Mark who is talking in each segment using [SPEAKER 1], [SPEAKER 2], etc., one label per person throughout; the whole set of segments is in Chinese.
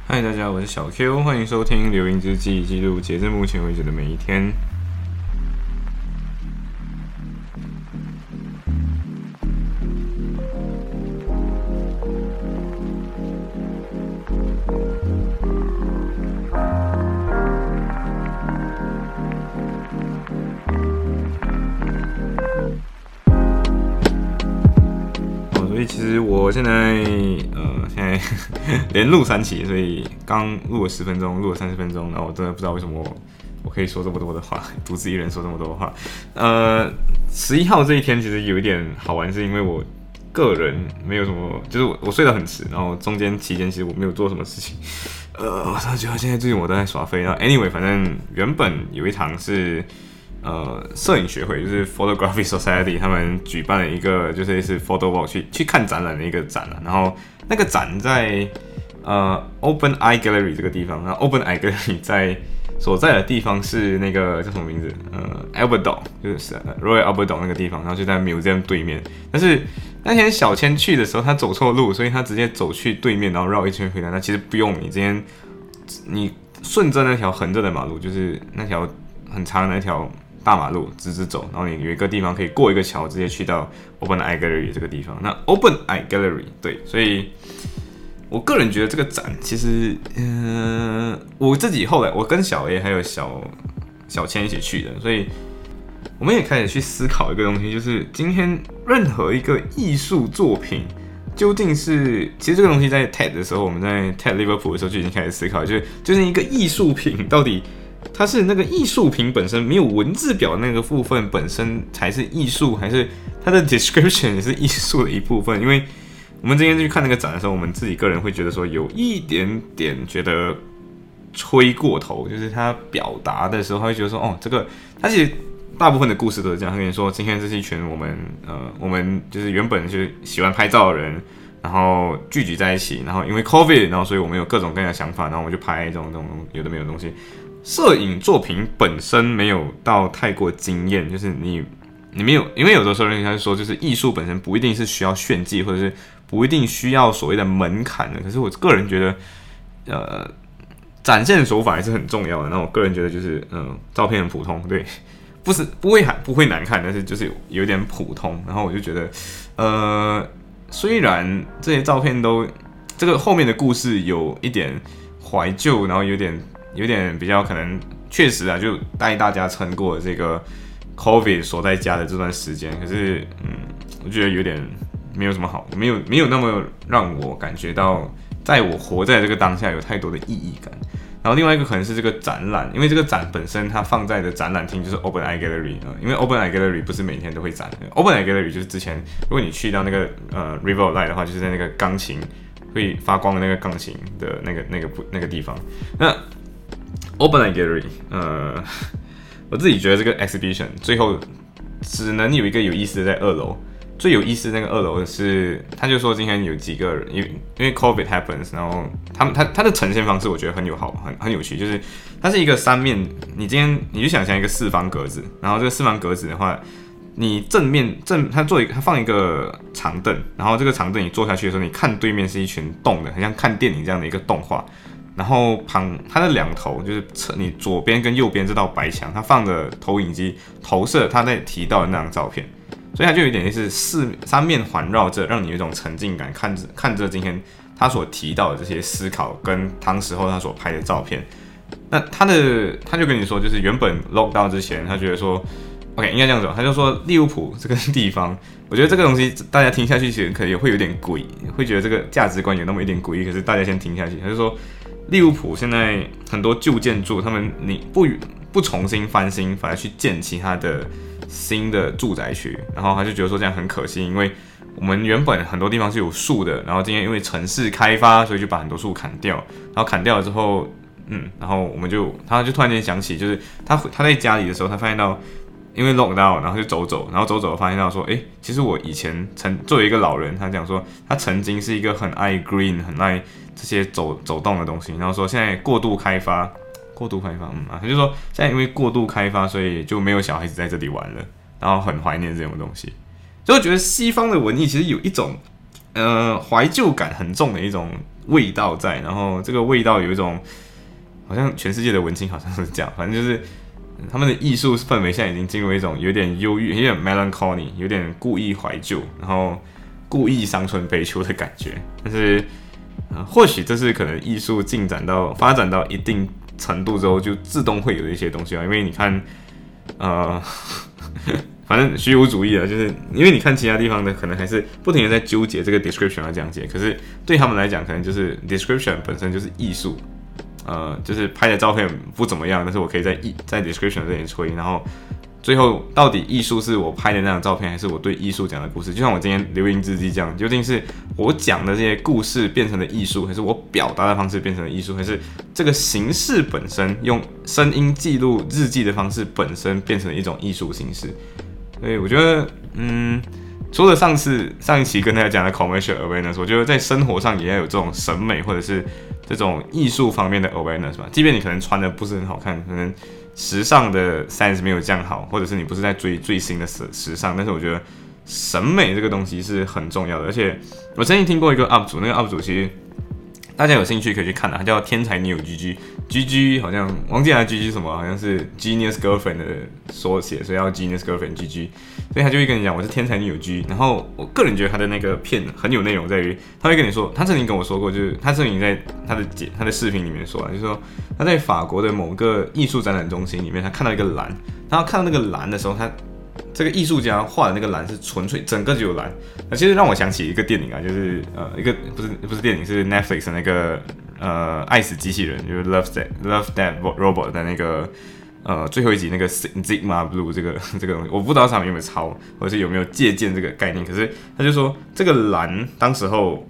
[SPEAKER 1] 嗨，大家，我是小 Q，欢迎收听流萤之记，记录截至目前为止的每一天。所以其实我现在连录3期，所以刚录了10分钟，录了30分钟，然后我真的不知道为什么我可以说这么多的话，独自一人说这么多的话。11号这一天其实有一点好玩，是因为我个人没有什么，就是我睡得很迟，然后中间期间其实我没有做什么事情。我真的觉得现在最近我都在耍废。然后 anyway， 反正原本有一堂是摄影学会，就是 Photography Society 他们举办了一个就是类似 photo walk 去看展览的一个展啊，然后那个展在Open Eye Gallery 这个地方，然后 Open Eye Gallery 所在的地方是那个叫什么名字Albert Dock， 就是 Royal Albert Dock 那个地方，然后就在 Museum 对面。但是那天小千去的时候，他走错路，所以他直接走去对面，然后绕一圈回来。那其实不用，你顺着那条横着的马路，就是那条很长的那条大马路直走，然后你有一个地方可以过一个桥，直接去到 Open Eye Gallery 这个地方。那 Open Eye Gallery 对，所以我个人觉得这个展其实，我自己后来我跟小 A 还有小千一起去的，所以我们也开始去思考一个东西，就是今天任何一个艺术作品究竟是，其实这个东西在 TED 的时候，我们在 TED Liverpool 的时候就已经开始思考，就是一个艺术品到底它是那个艺术品本身没有文字表的那个部分本身才是艺术，还是它的 description 也是艺术的一部分？因为我们今天去看那个展的时候，我们自己个人会觉得说有一点点觉得吹过头，就是他表达的时候，他会觉得说，这个他其实大部分的故事都是这样，他跟你说，今天这是一群我们就是原本就是喜欢拍照的人，然后聚集在一起，然后因为 COVID， 然后所以我们有各种各样的想法，然后我们就拍这种有的没有的东西。摄影作品本身没有到太过惊艳，就是你没有，因为有的时候人家说，就是艺术本身不一定是需要炫技，或者是不一定需要所谓的门槛的。可是我个人觉得，展现手法还是很重要的。那我个人觉得就是，照片很普通，对，不会难看，但是就是有点普通。然后我就觉得，虽然这些照片都这个后面的故事有一点怀旧，然后有点比较可能确实啊，就带大家撑过这个 COVID 所在家的这段时间。可是，我觉得有点没有什么好，没有那么让我感觉到，在我活在这个当下有太多的意义感。然后另外一个可能是这个展览，因为这个展本身它放在的展览厅就是 Open Eye Gallery，因为 Open Eye Gallery 不是每天都会展的。Open Eye Gallery 就是之前如果你去到那个River of Light 的话，就是在那个钢琴会发光的那个钢琴的那个地方。那 Open Eye Gallery， 我自己觉得这个 exhibition 最后只能有一个有意思的在2楼。最有意思的那个2楼是，他就说今天有几个人，因为 COVID happens， 然后他的呈现方式我觉得很有趣，就是它是一个3面，你就想象一个4方格子，然后这个4方格子的话，你他放一个长凳，然后这个长凳你坐下去的时候，你看对面是一群动的，很像看电影这样的一个动画。然后它的2头就是你左边跟右边这道白墙，它放着投影机投射他在提到的那张照片，所以它就有点类似3面环绕着，让你有一种沉浸感，看着今天他所提到的这些思考跟当时候他所拍的照片。那他就跟你说，就是原本 lockdown 之前，他觉得说 ，OK 应该这样讲，他就说利物浦这个地方，我觉得这个东西大家听下去其实可能也会有点诡异，会觉得这个价值观有那么一点诡异，可是大家先听下去，他就说。利物浦现在很多旧建筑，你不重新翻新，反而去建其他的新的住宅区，然后他就觉得说这样很可惜，因为我们原本很多地方是有树的，然后今天因为城市开发，所以就把很多树砍掉，然后砍掉了之后，然后他就突然间想起，就是他在家里的时候，他发现到。因为 lockdown， 然后就走，然后走发现到说，其实我以前作为一个老人，他讲说他曾经是一个很爱 green， 很爱这些走动的东西，然后说现在过度开发，他就说现在因为过度开发，所以就没有小孩子在这里玩了，然后很怀念这种东西。所以我觉得西方的文艺其实有一种怀旧感很重的一种味道在，然后这个味道有一种好像全世界的文青好像是这样，反正就是他们的艺术氛围现在已经进入一种有点忧郁、有点 melancholy、有点故意怀旧，然后故意伤春悲秋的感觉。但是，或许这是可能艺术发展到一定程度之后，就自动会有的一些东西啊。因为你看，反正虚无主义啊，就是因为你看其他地方的，可能还是不停的在纠结这个 description 要这样解，可是对他们来讲，可能就是 description 本身就是艺术。就是拍的照片不怎么样，但是我可以在 description 这里吹，然后最后到底艺术是我拍的那张照片，还是我对艺术讲的故事？就像我今天留音日记这样，究竟是我讲的这些故事变成了艺术，还是我表达的方式变成了艺术，还是这个形式本身用声音记录日记的方式本身变成了一种艺术形式？所以我觉得，除了上一期跟大家讲的 commercial awareness， 我觉得在生活上也要有这种审美或者是这种艺术方面的 awareness 吧。即便你可能穿的不是很好看，可能时尚的 sense 没有这样好，或者是你不是在追最新的时尚，但是我觉得审美这个东西是很重要的。而且我曾经听过一个 UP 主，那个 UP 主其实大家有兴趣可以去看他叫天才女友 GG 好像忘记他 GG 什么，好像是 Genius Girlfriend 的缩写，所以要 Genius Girlfriend GG， 所以他就会跟你讲我是天才女友 G。然后我个人觉得他的那个片很有内容，在于他会跟你说，他曾经跟我说过，就是他曾经在他的视频里面说，就是说他在法国的某个艺术展览中心里面，他看到一个蓝，然后看到那个蓝的时候，他这个艺术家画的那个蓝是纯粹整个就有蓝，那其实让我想起一个电影啊，就是一个不是电影，是 Netflix 的那个爱死机器人，就是 Love Death Robot 的那个最后一集那个 Sigma Blue 这个东西，我不知道他们有没有抄，或者是有没有借鉴这个概念，可是他就说这个蓝当时候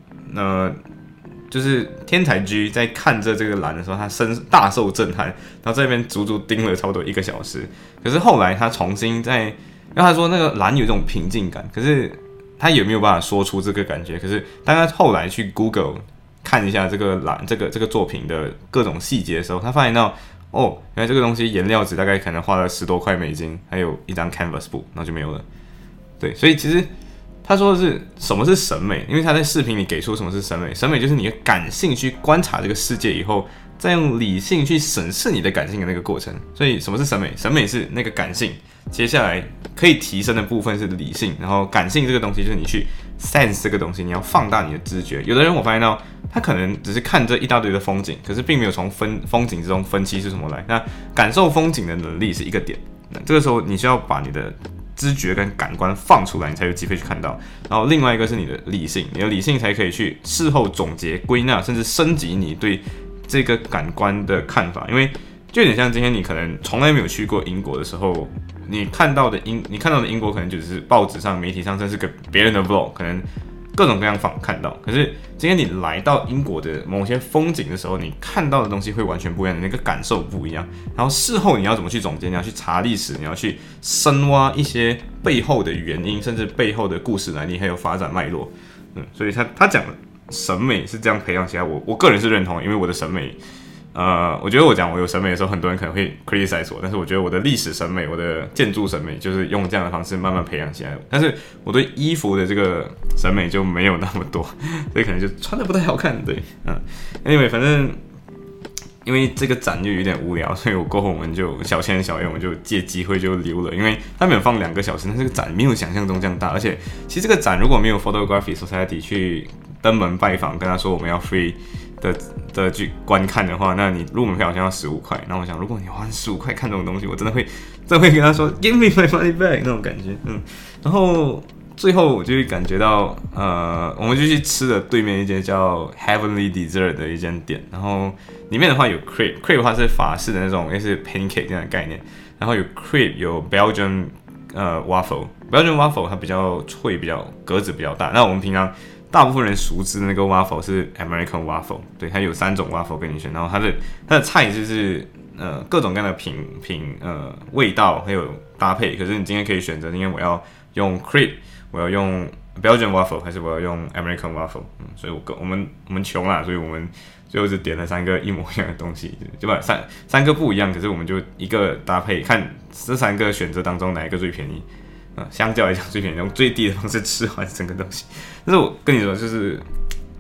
[SPEAKER 1] 就是天才 G 在看着这个蓝的时候，他大受震撼，然后在那边足足盯了差不多1个小时。可是后来他重新然后他说那个蓝有一种平静感，可是他也没有办法说出这个感觉。可是当他后来去 Google 看一下这个蓝这个作品的各种细节的时候，他发现到原来这个东西颜料纸大概可能花了10多块美金，还有一张 canvas 布，然后就没有了。对，所以其实他说的是什么是审美，因为他在视频里给出什么是审美。审美就是你的感性去观察这个世界以后，再用理性去审视你的感性的那个过程。所以什么是审美？审美是那个感性，接下来可以提升的部分是理性，然后感性这个东西就是你去 sense 这个东西，你要放大你的知觉。有的人我发现到他可能只是看这一大堆的风景，可是并没有从风景之中分析是什么来。那感受风景的能力是一个点，那这个时候你需要把你的知觉跟感官放出来，你才有机会去看到。然后另外一个是你的理性，你的理性才可以去事后总结、归纳，甚至升级你对这个感官的看法。因为就有点像今天你可能从来没有去过英国的时候，你看到的英国可能就只是报纸上、媒体上，甚至给别人的 vlog， 可能各种各样看到。可是今天你来到英国的某些风景的时候，你看到的东西会完全不一样，你那个感受不一样。然后事后你要怎么去总结？你要去查历史，你要去深挖一些背后的原因，甚至背后的故事来历，还有发展脉络。所以他讲的审美是这样培养起来，我个人是认同的，因为我的审美。我觉得我讲我有审美的时候，很多人可能会 criticize 我，但是我觉得我的历史审美、我的建筑审美，就是用这样的方式慢慢培养起来的。但是我对衣服的这个审美就没有那么多，所以可能就穿的不太好看。对，anyway， 反正因为这个展就有点无聊，所以我过后我们就小签小用，我就借机会就溜了。因为他们有放2个小时，但这个展没有想象中这样大，而且其实这个展如果没有 Photography Society 去登门拜访，跟他说我们要 free。的去观看的话，那你入门票好像要15块。然后我想，如果你花15块看这种东西，我真的会跟他说 Give me my money back 那种感觉。然后最后我就会感觉到，我们就去吃了对面一间叫 Heavenly Dessert 的一间店。然后里面的话有 crepe 的话是法式的那种，类似 pancake 这样的概念。然后有 crepe， 有 Belgian waffle。Belgian waffle 它比较脆，比较格子比较大。那我们平常大部分人熟知的那个 waffle 是 American waffle， 对，它有3种 waffle 跟你选，然后它的菜就是各种各样的味道还有搭配，可是你今天可以选择，今天我要用 crepe， 我要用 Belgian waffle， 还是我要用 American waffle，所以我们穷啦，所以我们最后只点了3个一模一样的东西，就把三个不一样，可是我们就一个搭配，看这3个选择当中哪一个最便宜。相较来讲最便宜，用最低的方式吃完整个东西。但是我跟你说，就是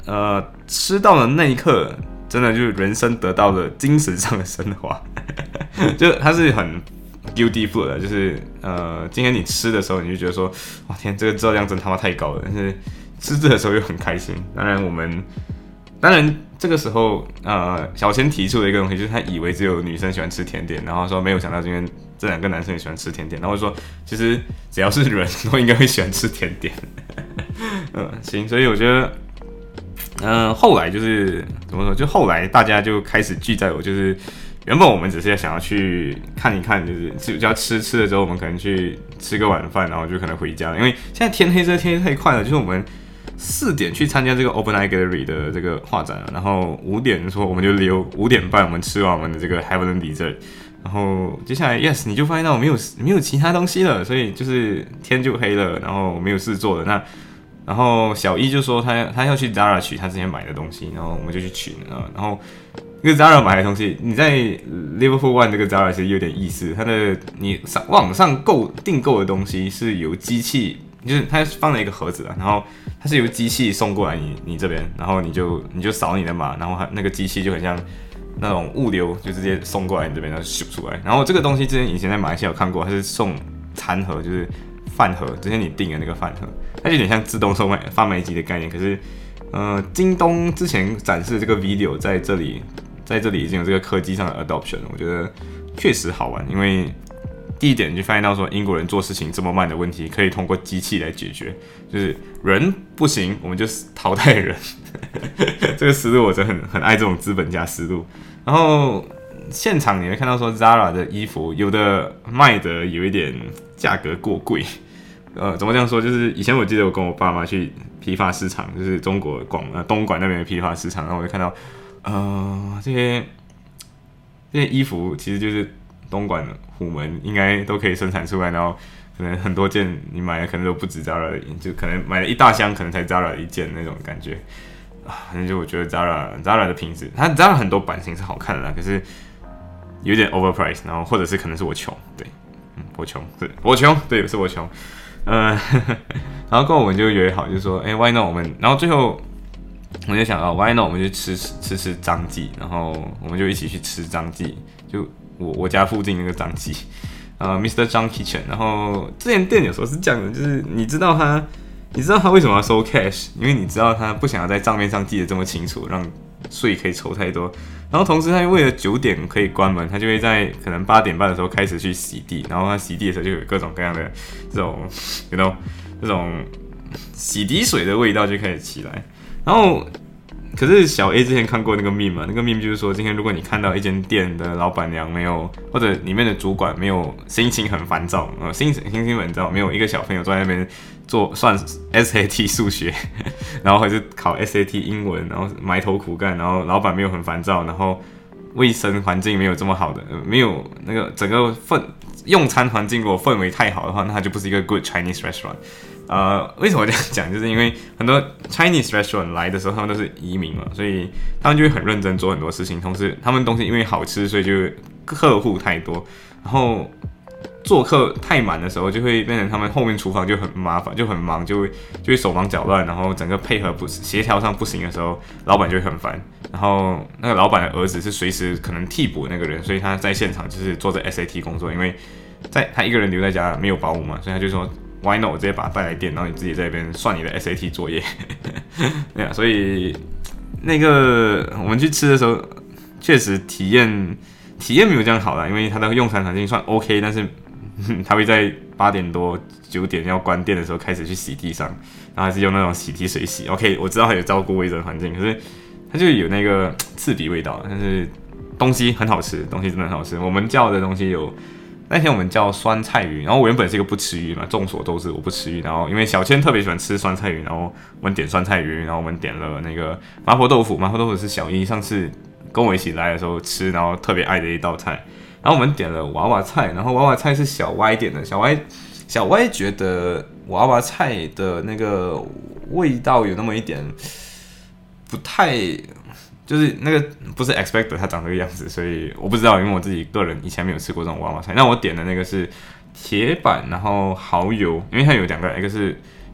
[SPEAKER 1] 吃到的那一刻，真的就是人生得到了精神上的升华，就它是很 guilty food 的，就是今天你吃的时候，你就觉得说，哇天，这个热量真他妈太高了，但是吃的时候又很开心。当然这个时候，小千提出的一个东西就是他以为只有女生喜欢吃甜点，然后说没有想到今天这2个男生也喜欢吃甜点，然后说其实只要是人都应该会喜欢吃甜点。行，所以我觉得，后来就是怎么说，就后来大家就开始聚在就是原本我们只是想要去看一看，就是要吃了之后，我们可能去吃个晚饭，然后就可能回家了，因为现在天黑太快了，就是我们4点去参加这个 Open Eye Gallery 的这个画展了，然后5点说我们就留5点半我们吃完我们的这个 Heavenly Dessert， 然后接下来 Yes 你就发现到没有其他东西了，所以就是天就黑了，然后没有事做了。然后小一就说他要去 Zara 取他之前买的东西，然后我们就去取了，然后那个 Zara 买的东西，你在 Liverpool One 这个 Zara 其实有点意思，你网上订购的东西是由机器，就是它放了一个盒子，然后它是由机器送过来你这边，然后你就扫你的码，然后那个机器就很像那种物流，就直接送过来你这边，然后秀出来。然后这个东西之前以前在马来西亚有看过，它是送餐盒，就是饭盒，之前你订的那个饭盒，它就有点像自动售卖贩卖机的概念。可是京东之前展示的这个 video 在这里已经有这个科技上的 adoption， 我觉得确实好玩，因为第一点，你就发现到说英国人做事情这么慢的问题，可以通过机器来解决，就是人不行，我们就淘汰人。这个思路我真的很爱这种资本家思路。然后现场你会看到说 Zara 的衣服有的卖的有一点价格过贵。怎么这样说？就是以前我记得我跟我爸妈去批发市场，就是中国东莞那边的批发市场，然后我就看到这些衣服其实就是东莞虎门应该都可以生产出来，然后可能很多件你买的可能都不止 Zara， 就可能买了一大箱，可能才 Zara 一件那种感觉反正就我觉得 Zara 的品质，它 Zara 很多版型是好看的啦，可是有点 overprice， 然后或者是可能是我穷，对，我穷，对，是我穷，然后跟我们就约好，就说，why not 我们，然后最后我就想到 why not 我们就吃张记，然后我们就一起去吃张记，就我家附近那个张记，Mr. Zhang Kitchen， 然后这间店有时候是这样的，就是你知道他为什么要收 cash， 因为你知道他不想要在账面上记得这么清楚，让税可以抽太多。然后同时他为了9点可以关门，他就会在可能8点半的时候开始去洗地，然后他洗地的时候就有各种各样的这种这种洗涤水的味道就开始起来。然后可是小 A 之前看过那个 meme 嘛，那个 meme 就是说，今天如果你看到一间店的老板娘没有，或者里面的主管没有心情很烦躁，心情很烦躁，没有一个小朋友坐在那边算 SAT 数学，然后或者是考 SAT 英文，然后埋头苦干，然后老板没有很烦躁，然后卫生环境没有这么好的，没有那个整个用餐环境如果氛围太好的话，那它就不是一个 good Chinese restaurant。为什么这样讲？就是因为很多 Chinese restaurant 来的时候，他们都是移民嘛，所以他们就会很认真做很多事情。同时，他们东西因为好吃，所以就客户太多，然后做客太满的时候，就会变成他们后面厨房就很麻烦，就很忙，就会手忙脚乱，然后整个配合协调上不行的时候，老板就会很烦。然后那个老板的儿子是随时可能替补那个人，所以他在现场就是做着 SAT 工作，因为他一个人留在家没有保姆嘛，所以他就说。Why not？ 我直接把他带来店，然后你自己在那边算你的 SAT 作业。对啊，所以那个我们去吃的时候，确实体验没有这样好啦，因为它的用餐环境算 OK， 但是他会在8点多9点要关店的时候开始去洗地上，然后还是用那种洗涤水洗。OK， 我知道他有照顾卫生环境，可是它就有那个刺鼻味道，但是东西很好吃，东西真的很好吃。我们叫的东西有。那天我们叫酸菜鱼，然后我原本是一个不吃鱼嘛，众所周知我不吃鱼，然后因为小千特别喜欢吃酸菜鱼，然后我们点酸菜鱼，然后我们点了那个麻婆豆腐，麻婆豆腐是小一上次跟我一起来的时候吃，然后特别爱的一道菜，然后我们点了娃娃菜，然后娃娃菜是小歪点的，小歪觉得娃娃菜的那个味道有那么一点不太。就是那个不是 expect 它长这个样子，所以我不知道，因为我自己个人以前没有吃过这种娃娃菜。那我点的那个是铁板，然后蚝油，因为它有2个，一个是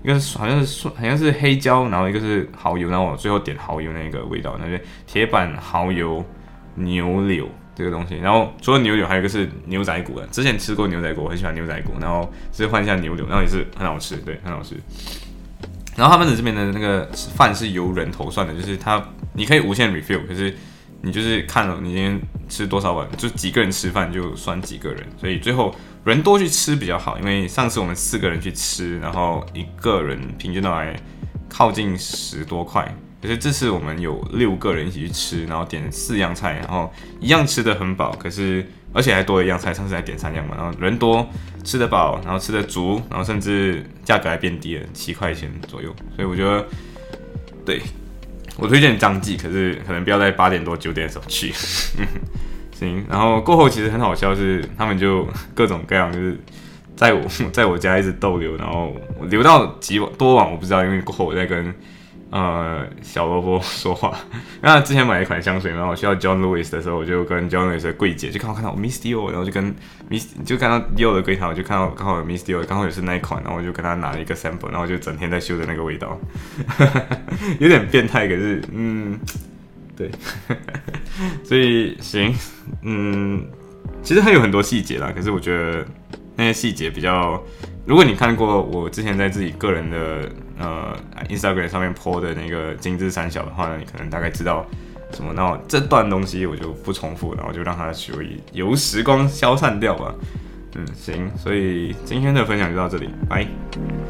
[SPEAKER 1] 一个是好像是黑椒，然后一个是蚝油，然后我最后点蚝油那个味道，那是铁板蚝油牛柳这个东西。然后除了牛柳，还有一个是牛仔骨的。之前吃过牛仔骨，我很喜欢牛仔骨，然后是换一下牛柳，然后也是很好吃，对，很好吃。然后他们的这边的那个饭是由人头算的，就是你可以无限 refill， 可是你就是看了你今天吃多少碗，就几个人吃饭就算几个人，所以最后人多去吃比较好。因为上次我们4个人去吃，然后一个人平均到来靠近10多块，可是这次我们有6个人一起去吃，然后点4样菜，然后一样吃得很饱，可是而且还多了1样菜，上次还点3样嘛，然后人多吃得饱，然后吃得足，然后甚至价格还变低了7块钱左右，所以我觉得对。我推荐张记，可是可能不要在8点多9点的时候去。行，然后过后其实很好笑是，他们就各种各样，就是在我家一直逗留，然后我留到多晚我不知道，因为过后我在跟小萝卜说话。那之前买了一款香水，然后我需要 John Lewis 的时候，我就跟 John Lewis 的柜姐就看到 Miss Dior， 然后就看到 Dior 的柜台，我就看到刚好有 Miss Dior， 刚好也是那一款，然后我就跟他拿了一个 sample， 然后我就整天在嗅着那个味道，有点变态，可是对，所以行，其实还有很多细节啦，可是我觉得那些细节比较，如果你看过我之前在自己个人的Instagram 上面 po 的那个精致三小的话呢，你可能大概知道什么。然后这段东西我就不重复，然后就让它由时光消散掉吧。行，所以今天的分享就到这里，拜。